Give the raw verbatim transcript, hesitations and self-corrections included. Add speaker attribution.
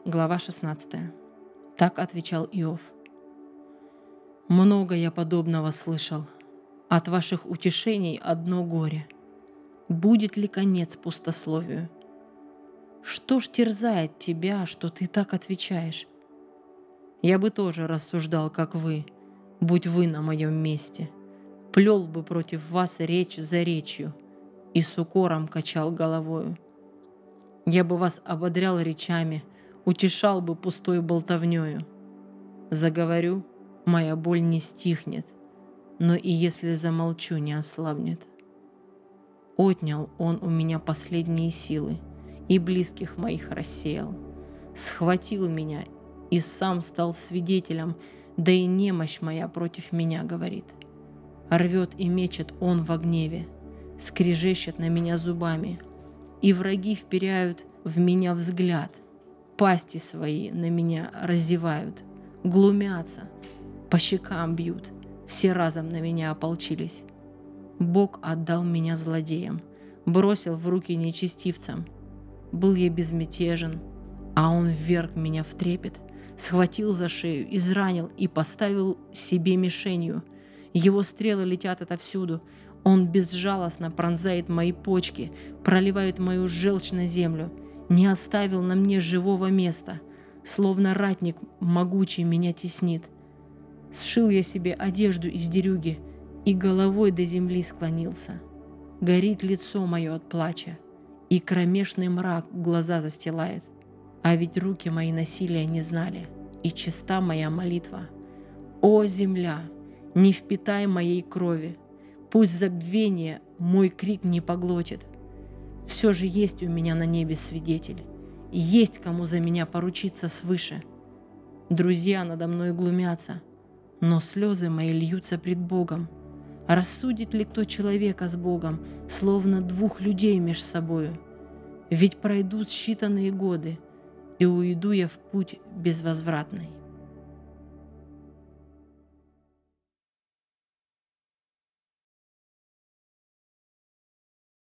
Speaker 1: Глава шестнадцатая. Так отвечал Иов. «Много я подобного слышал. От ваших утешений одно горе. Будет ли конец пустословию? Что ж терзает тебя, что ты так отвечаешь? Я бы тоже рассуждал, как вы, будь вы на моем месте. Плел бы против вас речь за речью и с укором качал головою. Я бы вас ободрял речами, утешал бы пустой болтовнёю. Заговорю, моя боль не стихнет, но и если замолчу, не ослабнет. Отнял он у меня последние силы и близких моих рассеял. Схватил меня и сам стал свидетелем, да и немощь моя против меня говорит. Рвет и мечет он во гневе, скрежещет на меня зубами, и враги вперяют в меня взгляд, пасти свои на меня разевают, глумятся, по щекам бьют, все разом на меня ополчились. Бог отдал меня злодеям, бросил в руки нечестивцам. Был я безмятежен, а он вверг меня в трепет, схватил за шею, изранил и поставил себе мишенью. Его стрелы летят отовсюду, он безжалостно пронзает мои почки, проливает мою желчь на землю, не оставил на мне живого места, словно ратник могучий меня теснит. Сшил я себе одежду из дерюги и головой до земли склонился. Горит лицо мое от плача, и кромешный мрак глаза застилает. А ведь руки мои насилия не знали, и чиста моя молитва. О, земля, не впитай моей крови, пусть забвение мой крик не поглотит. Все же есть у меня на небе свидетель, и есть кому за меня поручиться свыше. Друзья надо мной глумятся, но слезы мои льются пред Богом. Рассудит ли кто человека с Богом, словно двух людей меж собою? Ведь пройдут считанные годы, и уйду я в путь безвозвратный.